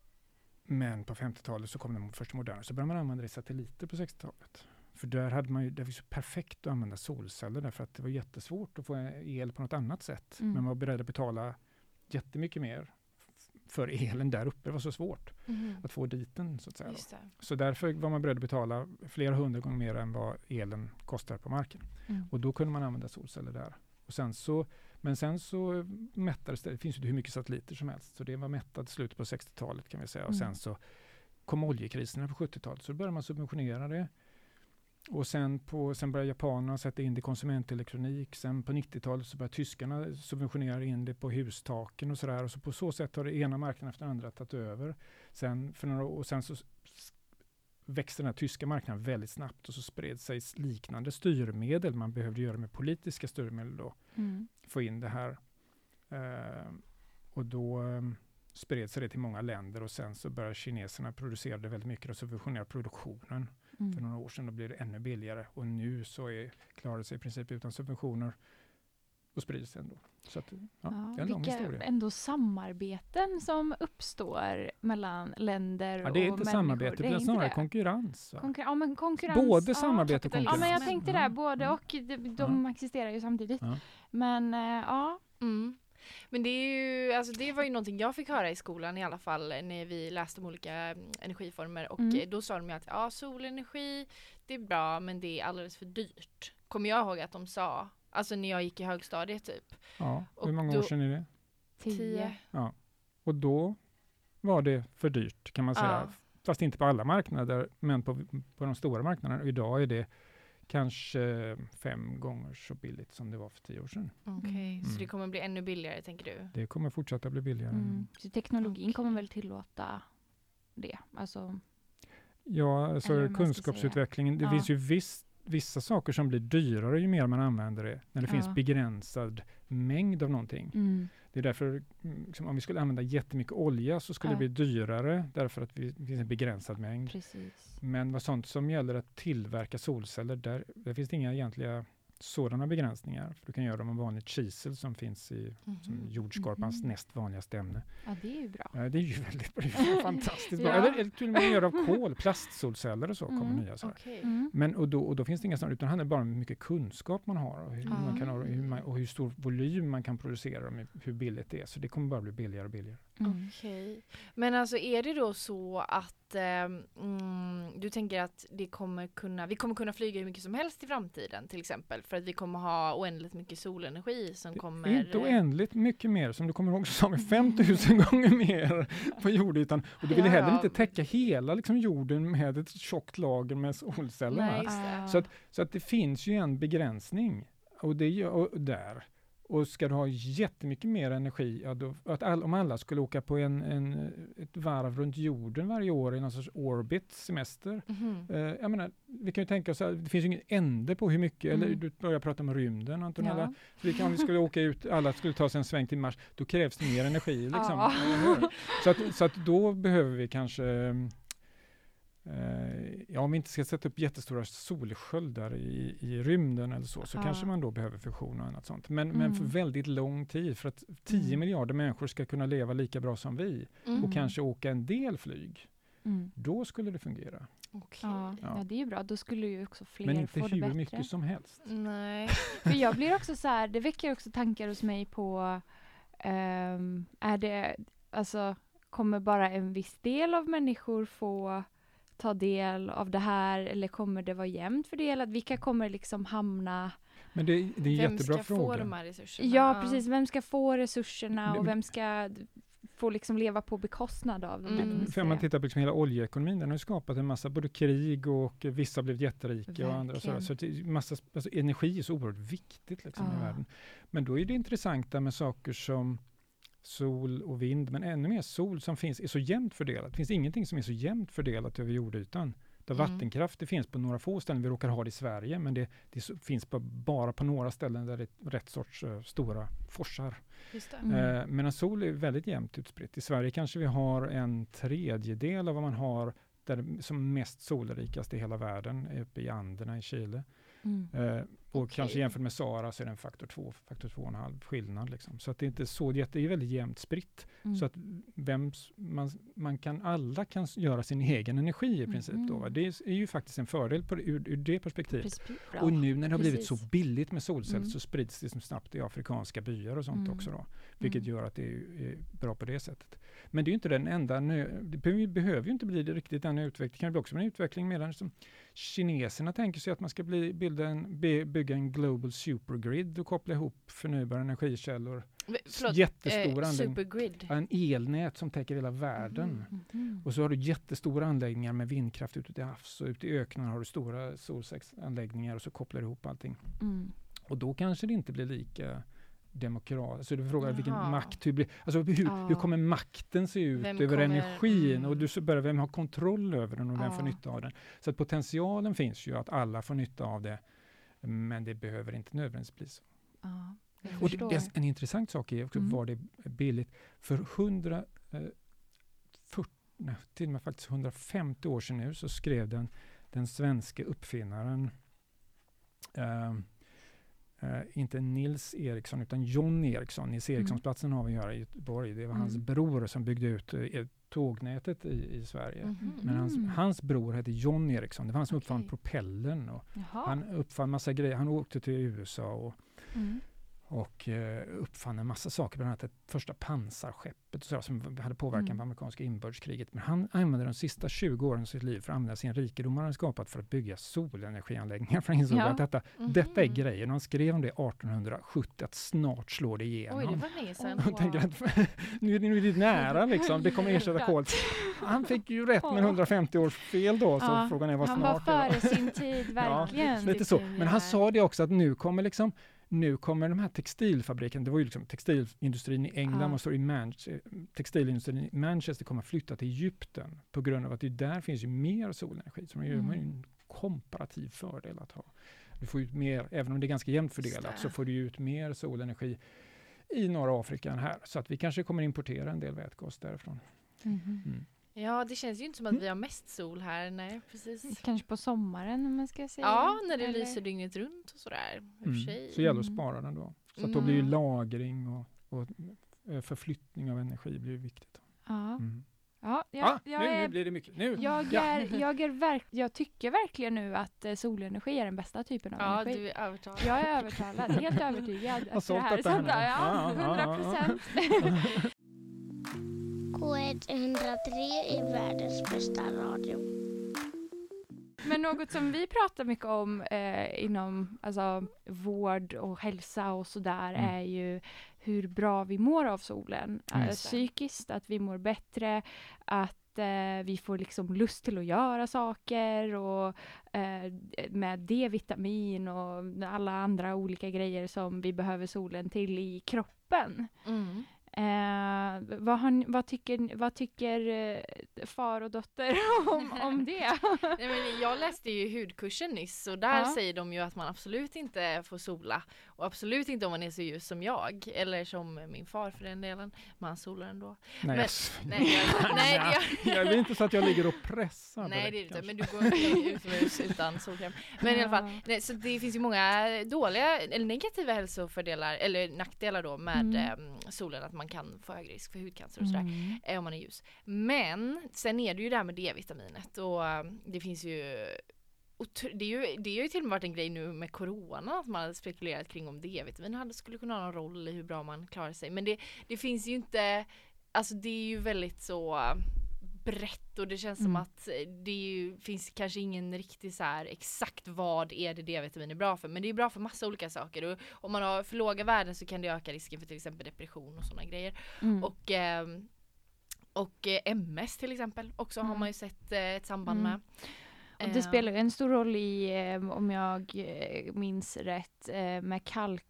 men på femtiotalet så kom den första moderna. Så började man använda det i satelliter på sextiotalet. För där hade man ju, det var så perfekt att använda solceller därför att det var jättesvårt att få el på något annat sätt. Mm. Men man var beredd att betala jättemycket mer f- för elen där uppe. Det var så svårt Mm. att få dit den så att säga. Då. Just det. Så därför var man beredd att betala flera hundra gånger mer än vad elen kostar på marken. Mm. Och då kunde man använda solceller där. Och sen så, men sen så mättades det, det finns ju hur mycket satelliter som helst, så det var mättat i slutet på sextiotalet kan vi säga. Och Mm. sen så kom oljekriserna på sjuttiotalet, så då började man subventionera det. Och sen, på, sen började japanerna sätta in det i konsumentelektronik. Sen på nittiotalet så började tyskarna subventionera in det på hustaken och sådär. Och så på så sätt har det ena marknaden efter den andra tagit över. Sen, för några, och sen så växte den här tyska marknaden väldigt snabbt och så spred sig liknande styrmedel. Man behövde göra med politiska styrmedel då. Mm. Få in det här. Eh, och då eh, spred sig det till många länder och sen så började kineserna producera det väldigt mycket och subventionera produktionen. För Mm. några år sedan då blev det ännu billigare och nu så är, klarar det sig i princip utan subventioner och sprider sig ändå. Så att, ja, Ja, det är en lång vilka historia. ändå samarbeten som uppstår mellan länder Ja, det är och inte människor. samarbete, det är inte snarare det. konkurrens. Va? Konkur- ja, men konkurrens. Både ja, samarbete och kapitalism. Ja, men jag konkurrens. tänkte Ja. det. Både Mm. och. De, de existerar ju samtidigt. Ja. Men eh, ja. Mm. Men det är ju, alltså det var ju någonting jag fick höra i skolan i alla fall när vi läste om olika mm, energiformer och Mm. eh, då sa de ju att ja, solenergi det är bra men det är alldeles för dyrt. Kommer jag ihåg att de sa, alltså när jag gick i högstadiet typ. Ja, hur Och många då- år sedan är det? Tio. Och då var det för dyrt kan man säga. Ja. Fast inte på alla marknader, men på, på de stora marknaderna. Och idag är det kanske fem gånger så billigt som det var för tio år sedan. Okej, Mm. så det kommer bli ännu billigare tänker du? Det kommer fortsätta bli billigare. Mm. Så teknologin Okej. kommer väl tillåta det. Alltså, Ja, Eller alltså hur man ska kunskapsutvecklingen. Det säga. finns ju visst vissa saker som blir dyrare ju mer man använder det, när det Ja. finns begränsad mängd av någonting. Mm. Det är därför, mm, liksom, om vi skulle använda jättemycket olja så skulle Ja. det bli dyrare därför att vi, det finns en begränsad mängd. Precis. Men vad sånt som gäller att tillverka solceller, där, där finns det inga egentliga sådana begränsningar. För du kan göra dem av vanligt kisel som finns i som Mhm. jordskorpans Mhm. näst vanligaste ämne. Ja, det är ju bra. Ja, det är ju väldigt det är ju fantastiskt bra. Ja. Eller, eller till och med göra av kol, plastsolceller och så kommer Mm. nya. Så här. Okej. Mm. Men, och, då, och då finns det inga sådana, utan det handlar bara om hur mycket kunskap man har och hur, Ja. man kan, ha- hur, man, och hur stor volym man kan producera dem, hur billigt det är. Så det kommer bara bli billigare och billigare. Mm. Okej. Men alltså är det då så att ehm, mm, du tänker att det kommer kunna, vi kommer kunna flyga hur mycket som helst i framtiden till exempel för att vi kommer ha oändligt mycket solenergi som Det kommer... är inte oändligt mycket mer, som du kommer ihåg så sa vi fem tusen gånger mer på jordytan. Och du vill Ja, heller ja. inte täcka hela liksom, jorden med ett tjockt lager med solceller. Nej, va? just det. Ah. Så att, så att det finns ju en begränsning och det gör, och där. Och ska du ha jättemycket mer energi, ja, då, att all, om alla skulle åka på en, en, ett varv runt jorden varje år i någon sorts orbit, semester. Mhm. Eh, jag menar, vi kan ju tänka oss att det finns ju ingen ände på hur mycket, Mm. eller du börjar prata om rymden, Antonella. Ja. Så vi kan, om vi skulle åka ut, alla skulle ta sig en sväng till Mars, då krävs det mer energi. Liksom. Ja. Eller hur? Så, att, så att då behöver vi kanske, eh, ja, om vi inte ska sätta upp jättestora solsköldar i, i rymden eller så, så Ja. kanske man då behöver fusion och annat sånt. Men, men Mm. för väldigt lång tid, för att tio Mm. miljarder människor ska kunna leva lika bra som vi Mm. och kanske åka en del flyg, Mm. då skulle det fungera. Okej. Ja, Ja. ja, det är ju bra. Då skulle ju också fler Men inte få det hur bättre. mycket som helst. Nej. För jag blir också så här, det väcker också tankar hos mig på, ehm, är det, alltså, kommer bara en viss del av människor få ta del av det här, eller kommer det vara jämnt fördelat? Vilka kommer liksom hamna? Men det, det är en Vem jättebra ska få fråga. de här resurserna? Ja, precis. Vem ska få resurserna Det- och vem ska d- få liksom leva på bekostnad av dem? Mm. eller vad man För om man säger. tittar på liksom hela oljeekonomin, den har ju skapat en massa både krig och eh, vissa har blivit jätterika och andra. Och sådär. Verkligen. Så att det är massa, alltså energi är så oerhört viktigt liksom, i Ja. världen. Men då är det intressanta med saker som sol och vind, men ännu mer sol som finns är så jämnt fördelat. Det finns ingenting som är så jämnt fördelat över jordytan. Där Mm. vattenkraft, det finns på några få ställen, vi råkar ha det i Sverige, men det, det så, finns på, bara på några ställen där det är rätt sorts uh, stora forsar. Just det. Mm. Eh, medan sol är väldigt jämnt utspritt. I Sverige kanske vi har en tredjedel av vad man har där det, som mest solrikast i hela världen, är uppe i Anderna i Chile. Mm. Eh, och Okej. kanske jämfört med Sahara så är det en faktor två, faktor två och en halv skillnad. Liksom. Så att det är inte så jätte, det är väldigt jämnt spritt. Mm. Så att vem, man, man kan, alla kan s- göra sin egen energi i princip. Då, va? Mhm. Det är, är ju faktiskt en fördel på, det- ur, ur det perspektivet. Precis. Bra. Och nu när det har blivit så precis. billigt med solceller Mm. så sprids det som snabbt i afrikanska byar och sånt Mm. också. Då, vilket Mm. gör att det är, är bra på det sättet. Men det är ju inte den enda, nö- det behöver, behöver ju inte bli det riktigt den utvecklingen. Det kan bli också bli en utveckling medan som kineserna tänker sig att man ska bli, bilda en, be, bygga en global supergrid och koppla ihop förnybara energikällor. V- Förlåt, Jättestor eh, anläggning. supergrid. En elnät som täcker hela världen. Mhm. Och så har du jättestora anläggningar med vindkraft ute till havs och ute i öknen har du stora solcellsanläggningar och så kopplar du ihop allting. Mm. Och då kanske det inte blir lika demokratiskt. Så du frågar vilken Jaha. makt, hur, blir, alltså hur, Ja. hur kommer makten se ut Vem över kommer- energin? mm. Och du så börjar vem ha kontroll över den och vem Ja. får nytta av den? Så att potentialen finns ju att alla får nytta av det. Men det behöver inte nödvändigtvis bli så. Ja, jag Och det, förstår. det, en intressant sak är också, Mm. var det billigt? För hundra, eh, fyrtio, nej, till och med faktiskt hundrafemtio år sedan nu så skrev den, den svenska uppfinnaren eh, eh, inte Nils Eriksson utan John Eriksson. Nils Erikssonsplatsen har vi här i Göteborg. Det var hans Mm. bror som byggde ut eh, tågnätet i, i Sverige. Mhm. Men hans, Mm. hans bror hette John Eriksson. Det var han som uppfann Okej. propellern. Och Jaha. han uppfann massa grejer. Han åkte till U S A och Mm. och eh, uppfann en massa saker, bland annat det första pansarskeppet och så, som hade påverkan Mm. på amerikanska inbördeskriget. Men han använde de sista tjugo åren av sitt liv för att använda sin rikedom han hade skapat för att bygga solenergianläggningar. För han insåg Ja. att detta, Mhm. detta är grejen. Och han skrev om det artonhundrasjuttio, att snart slår det igenom. Oj, det var länge sedan. Åh. Och tänker att nu är det, nu är det nära liksom, det kommer ersätta kol. Han fick ju rätt med Ja. hundrafemtio års fel då, så Ja, frågan är vad Han snart var det var. före sin tid, verkligen. Lite så. Men han sa det också att nu kommer liksom nu kommer de här textilfabrikerna, det var ju liksom textilindustrin i England Ja. och så i Manchester, textilindustrin i Manchester kommer att flytta till Egypten på grund av att det där finns ju mer solenergi. Så man gör Mm. man ju en komparativ fördel att ha. Du får ut mer, även om det är ganska jämnt fördelat, så får du ut mer solenergi i norra Afrika än här. Så att vi kanske kommer importera en del vätgas därifrån. Mm. Mm. Ja, det känns ju inte som att vi har mest sol här. Nej, precis. Kanske på sommaren om man ska säga. Ja, när det Eller? lyser dygnet runt och sådär. I och för Mm. sig. Så gäller att Mm. spara den då. Så att Mm. då blir ju lagring och, och eh, förflyttning av energi blir ju viktigt. Ja. Mm. Ja, jag, Ja, jag, nu, är, nu blir det mycket. Nu. jag, Ja. är, jag, är verk, jag tycker verkligen nu att eh, solenergi är den bästa typen av Ja, energi. du är övertalad. Jag är övertalad, helt övertygad. Har Efter det sålt här detta här nu. samtalet. Ja, Ja, ja, ja. hundra procent. K etthundratre är världens bästa radio. Men något som vi pratar mycket om eh, inom alltså, vård och hälsa och sådär Mm. är ju hur bra vi mår av solen. Mm. Eh, psykiskt, att vi mår bättre, att eh, vi får liksom lust till att göra saker och eh, med D-vitamin och alla andra olika grejer som vi behöver solen till i kroppen. Mm. Eh, vad, har, ni- vad tycker, vad tycker eh, far och dotter om, om det? Nej, men jag läste ju hudkursen nyss och där Ja. säger de ju att man absolut inte får sola. Och absolut inte om man är så ljus som jag. Eller som min far för den delen. Man solar ändå. Nej, Men- alltså. Nej, jag, nej, jag, Jag, det är inte så att jag ligger och pressar. nej det är direkt, det inte. Men kanske. du går inte utomhus utan solkräm. Men i alla fall. Ja. Nej, så det finns ju många dåliga eller negativa hälsofördelar. Eller nackdelar då med Mm. mm. solen. Att man kan få hög risk för hudcancer och sådär. Mm. eh, om man är ljus. Men sen är det ju det här med D-vitaminet och eh, det finns ju otr- det, är ju det har ju till och med varit en grej nu med corona att man har spekulerat kring om D-vitamin hade skulle kunna ha någon roll i hur bra man klarar sig. Men det, det finns ju inte, alltså det är ju väldigt så eh, brett och det känns som Mm. att det är ju, finns kanske ingen riktig så här exakt vad är det D-vitamin är bra för, men det är bra för massa olika saker och om man har för låga värden så kan det öka risken för till exempel depression och sådana grejer. Mm. Och, eh, och eh, M S till exempel också har Mm. man ju sett eh, ett samband Mm. med. Och det spelar ju en stor roll i, eh, om jag eh, minns rätt, eh, med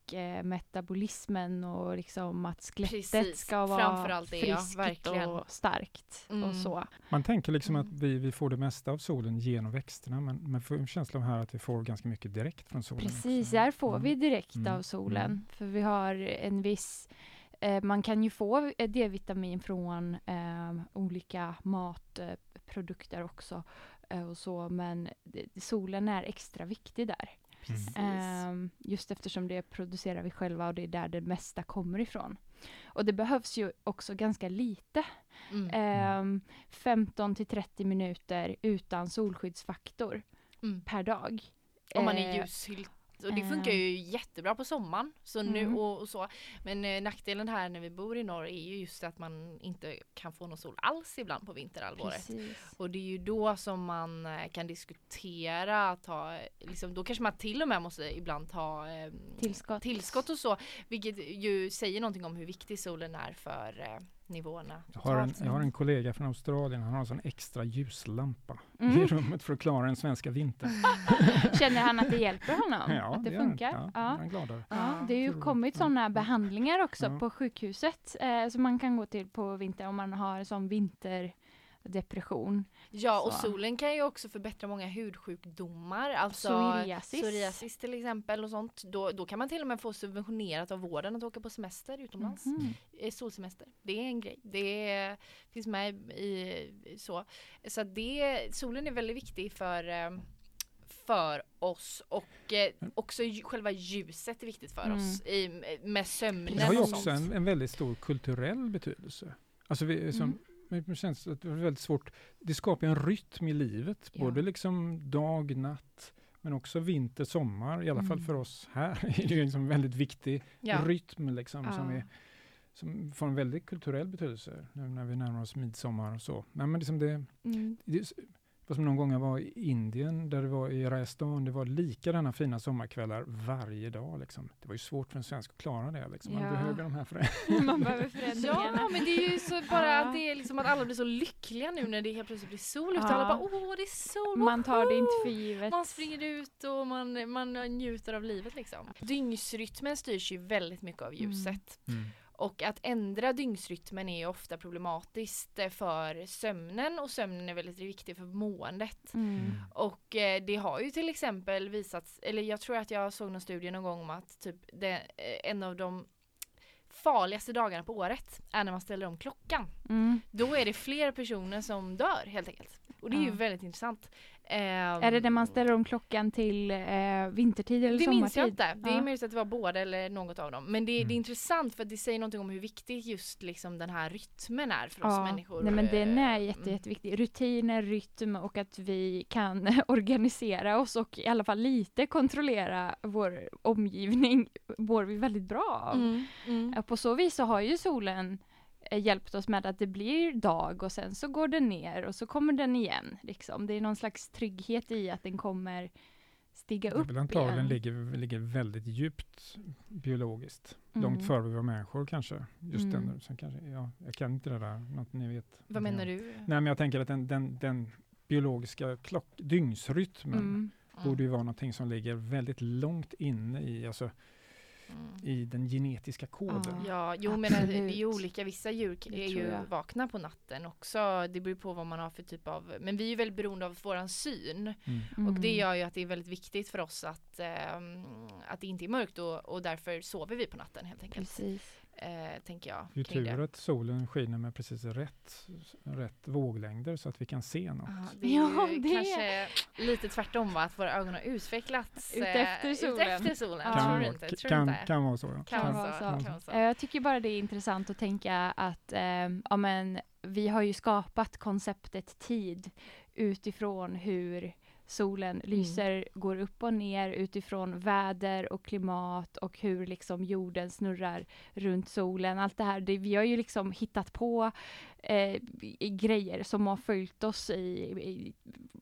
kalkmetabolismen och liksom att skelettet Precis. ska vara Framförallt det, ja, friskt verkligen. och starkt Mm. och så. Man tänker liksom Mm. att vi, vi får det mesta av solen genom växterna, men man får en känsla av här att vi får ganska mycket direkt från solen. Precis, också. där får Mm. vi direkt Mm. av solen. Mm. För vi har en viss, eh, man kan ju få eh, D-vitamin från eh, olika matprodukter också eh, och så, men det, solen är extra viktig där. Precis. Ehm, just eftersom det producerar vi själva och det är där det mesta kommer ifrån. Och det behövs ju också ganska lite. Mm. Ehm, femton till trettio minuter utan solskyddsfaktor Mm. per dag. Om man Eh, är ljushylt. Och det eh. funkar ju jättebra på sommaren. Så nu Mm. och, och så. Men eh, nackdelen här när vi bor i norr är ju just att man inte kan få någon sol alls ibland på vinterhalvåret. Precis. Och det är ju då som man eh, kan diskutera att ha, liksom, då kanske man till och med måste ibland ta eh, Tillskott. tillskott och så. Vilket ju säger någonting om hur viktig solen är för eh, nivåerna. Jag har, en, totalt. jag har en kollega från Australien, han har en sån extra ljuslampa Mm. i rummet för att klara den svenska vintern. Känner han att det hjälper honom? Ja, att det gör han. funkar? Ja, Ja. han är gladare. Ja, det är ju Tror det. kommit Ja. sådana behandlingar också Ja. på sjukhuset eh, som man kan gå till på vinter om man har en sån vinterdepression. Ja, och Så. solen kan ju också förbättra många hudsjukdomar. Alltså Psoriasis. psoriasis till exempel och sånt. Då, då kan man till och med få subventionerat av vården att åka på semester utomlands. Mhm. Eh, Solsemester. Det är en grej. Det är, finns med i så. Så att det, solen är väldigt viktig för, eh, för oss och eh, också ju, själva ljuset är viktigt för Mm. oss i, med sömnen Det har ju och också sånt. en, en väldigt stor kulturell betydelse. Alltså vi, som, Mm. det känns att det är väldigt svårt. Det skapar en rytm i livet, Ja. både liksom dag, natt, men också vinter, sommar. I alla fall Mm. för oss här är det ju liksom en väldigt viktig Ja. rytm liksom, som, Ja. är, som får en väldigt kulturell betydelse nu när vi närmar oss midsommar och så. Nej, men liksom det, Mm. det var som någon gång jag var i Indien, där det var i Rajasthan, det var likadana fina sommarkvällar varje dag. Liksom. Det var ju svårt för en svensk att klara det. Liksom. Man Ja. behöver de här förändringarna. Man behöver förändringarna. Ja, men det är ju så bara Ja. att det är liksom att alla blir så lyckliga nu när det helt plötsligt blir sol ute. Ja. Alla bara, åh det är sol, Man tar det inte woho!" för givet. Man springer ut och man, man njuter av livet liksom. Dygnsrytmen styrs ju väldigt mycket av ljuset. Mm. Och att ändra dygnsrytmen är ju ofta problematiskt för sömnen, och sömnen är väldigt viktig för måendet. Mm. Och eh, det har ju till exempel visats, eller jag tror att jag såg någon studie någon gång om att typ det, eh, en av de farligaste dagarna på året är när man ställer om klockan. Mm. Då är det fler personer som dör helt enkelt. Och det är Ja. ju väldigt intressant. Um, Är det när man ställer om klockan till eh, vintertid eller det sommartid? minns jag inte. Det är Ja. möjligt att det var båda eller något av dem. Men det, Mm. det är intressant för att det säger någonting om hur viktigt just liksom den här rytmen är för oss Ja. människor. Nej, men den är Eh, jätte, jätteviktig. Rutiner, rytm och att vi kan organisera oss och i alla fall lite kontrollera vår omgivning mår vi väldigt bra av. Mm, mm. Ja, på så vis så har ju solen eh, hjälpt oss med att det blir dag och sen så går den ner och så kommer den igen. Liksom. Det är någon slags trygghet i att den kommer stiga Det upp väl antagligen igen. ligger, ligger väldigt djupt biologiskt. Mm. Långt före vi var människor kanske. Just Mm. den, sen kanske ja, jag kan inte det där, något ni vet. Vad menar Ja. du? Nej, men jag tänker att den, den, den biologiska klock, dygnsrytmen Mm. borde ju vara någonting som ligger väldigt långt inne i, alltså, Mm. i den genetiska koden. Ja, jo men det är Absolut. ju olika, vissa djur k- Det är tror ju jag. vakna på natten också, det beror på vad man har för typ av, men vi är ju väldigt beroende av våran syn, Mm. och det Mm. gör ju att det är väldigt viktigt för oss att, ehm, att det inte är mörkt, och, och därför sover vi på natten helt enkelt, Precis. eh, tänker jag. Det är kring tur det. att solen skiner med precis rätt, rätt våglängder så att vi kan se något. Ja, det är Ja, ju det- kanske lite tvärtom, va? Att våra ögon har utvecklats Ut eh, efter solen. Ut efter solen. Ja. Tror Kan, du vara, inte? k- Tror du kan, inte? kan vara så. Ja. Kan Kan vara vara så. så. Kan vara så. Eh, Jag tycker bara det är intressant att tänka att eh, ja, men, vi har ju skapat konceptet tid utifrån hur solen lyser, går upp och ner utifrån väder och klimat och hur liksom jorden snurrar runt solen. Allt det här, det, vi har ju liksom hittat på eh, i grejer som har följt oss i, i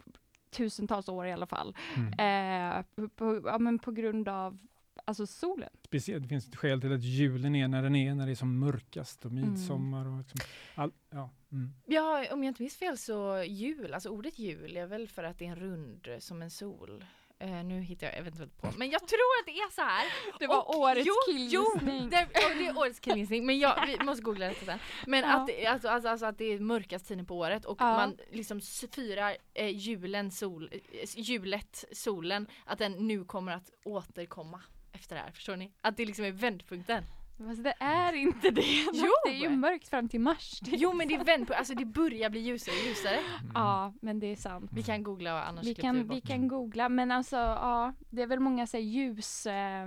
tusentals år i alla fall. Mm. Eh, på, ja, men på grund av alltså solen. Speciellt, det finns ett skäl till att julen är när den är, när det är som mörkast, och Mm. midsommar och liksom, all, ja. Mm. Ja, om jag inte minns fel så jul, alltså ordet jul är väl för att det är en rund som en sol. Eh, nu hittar jag eventuellt på, men jag tror att det är så här. Det var Och- årets jo, killgissning. Jo, det, ja, det är årets killgissning, men jag, vi måste googla det sen. Men Ja. att, det- alltså, alltså, alltså att det är mörkast tiden på året, och Ja. man liksom s- firar eh, julen, sol, eh, julet, solen, att den nu kommer att återkomma efter det här, förstår ni? Att det liksom är vändpunkten. Fast det är inte det. Jo! Det är ju mörkt fram till mars. Det är Jo, men det är vändpunkten, alltså det börjar bli ljusare och ljusare. Mm. Ja, men det är sant. Vi kan googla, och annars Vi klipper kan, bort. vi kan googla, men alltså ja, det är väl många så här, ljus eh,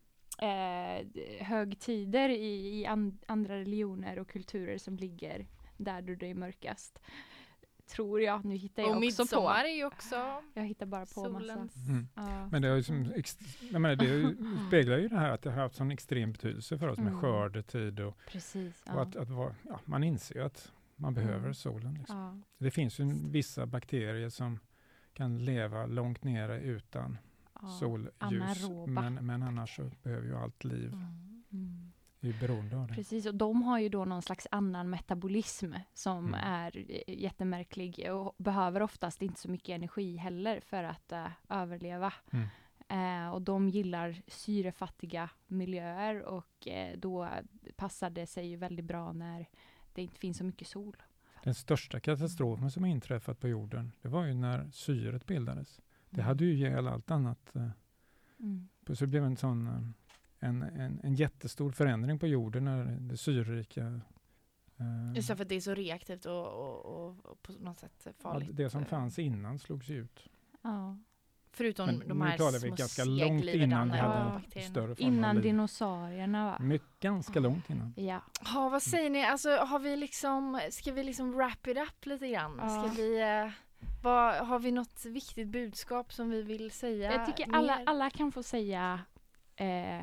eh, högtider i, i an, andra religioner och kulturer som ligger där då det är mörkast. Tror jag, nu hittar jag Och också på. midsommar är ju också Jag hittar bara på massa. solens. Mm. Ja. Men det, är ju som, ex, jag menar, det är ju, speglar ju det här att det har haft sån extrem betydelse för oss med Mm. skördetid, och, Precis. och Ja. att, att vara, ja, man inser ju att man behöver Mm. solen. Liksom. Ja. Det finns ju vissa bakterier som kan leva långt nere utan Ja. solljus, Anaeroba. men, men annars så behöver ju allt liv, Mm. Mm. är ju beroende av det. Precis, och de har ju då någon slags annan metabolism som Mm. är eh, jättemärklig och behöver oftast inte så mycket energi heller för att eh, överleva. Mm. Eh, och de gillar syrefattiga miljöer och eh, då passar det sig ju väldigt bra när det inte finns så mycket sol. Den största katastrofen som har inträffat på jorden, det var ju när syret bildades. Det Mm. hade ju ihjäl allt annat. eh, Mm. Så det blev en sån eh, en, en, en jättestor förändring på jorden när det syrerika eh, Just det, för att det är så reaktivt och, och, och, och på något sätt ja, farligt. det som fanns innan slogs ju ut. Ja. Förutom Men de nu här talar vi små ganska långt seglivade innan vi hade bakterierna. större form av Innan liv. dinosaurierna va? Mycket, ganska långt innan. Ja. Ja, vad säger ni? Alltså, har vi liksom, ska vi liksom wrap it up lite grann? Ja. Ska vi, eh, vad, har vi något viktigt budskap som vi vill säga? Jag tycker mer? alla, alla kan få säga eh,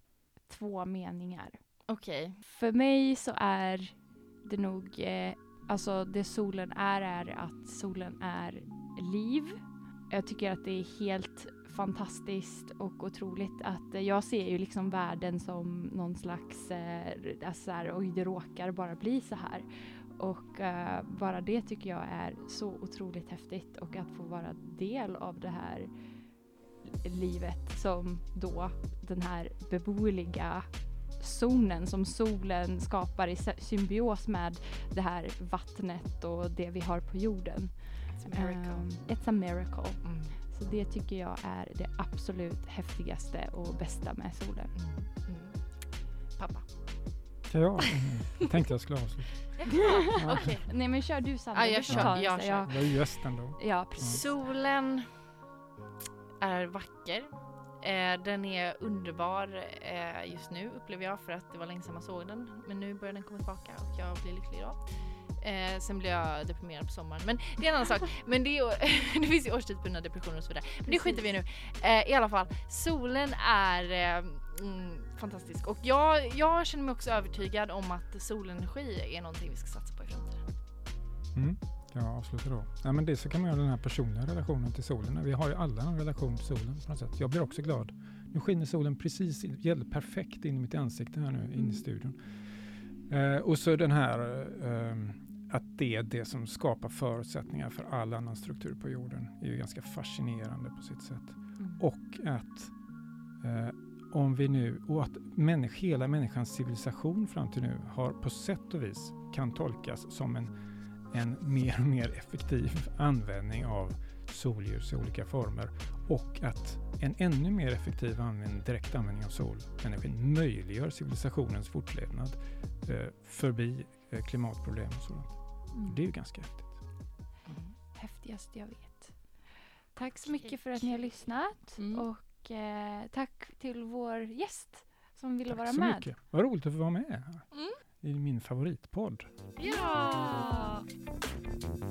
två meningar. Okej. För mig så är det nog, eh, alltså det solen är, är att solen är liv. Jag tycker att det är helt fantastiskt och otroligt att eh, jag ser ju liksom världen som någon slags, eh, alltså här, oj det råkar bara bli så här. Och eh, bara det tycker jag är så otroligt häftigt, och att få vara del av det här livet som då den här beboeliga zonen som solen skapar i symbios med det här vattnet och det vi har på jorden. It's a miracle. Um, it's a miracle. Mm. Så det tycker jag är det absolut häftigaste och bästa med solen. Mm. Mm. Pappa. Ja, jag tänkte jag skulle avsluta. Okej. Okay. Nej men kör du Sandra. Ja, jag Du får kör, ta det, jag så kör. Jag är ju gästen då. Ja, precis. Solen är vacker. Eh, den är underbar eh, just nu upplever jag för att det var länge sedan man såg den. Men nu börjar den komma tillbaka och jag blir lycklig idag. Eh, sen blir jag deprimerad på sommaren. Men det är en annan sak. Men det, är, det finns ju årstidsbundna depressioner och så vidare. Men det skiter vi nu. Eh, I alla fall, solen är eh, mm, fantastisk. Och jag, jag känner mig också övertygad om att solenergi är någonting vi ska satsa på i framtiden. Mm. Ja, avsluta då. Ja, men det så kan man göra den här personliga relationen till solen. Vi har ju alla en relation till solen på något sätt. Jag blir också glad. Nu skiner solen precis, gäller perfekt in i mitt ansikte här nu, in i studion. Eh, och så den här eh, att det är det som skapar förutsättningar för all annan struktur på jorden är ju ganska fascinerande på sitt sätt. Mm. Och att eh, om vi nu, och att människ, hela människans civilisation fram till nu har på sätt och vis kan tolkas som en, en mer och mer effektiv användning av solljus i olika former och att en ännu mer effektiv användning, direkt användning av solenergin möjliggör civilisationens fortlevnad eh, förbi eh, klimatproblem och sådant. Mm. Det är ju ganska häftigt. Häftigast jag vet. Tack så mycket för att ni har lyssnat Mm. och eh, tack till vår gäst som ville Tack vara så med. mycket. Vad roligt att få vara med här Mm. i min favoritpodd. Ja!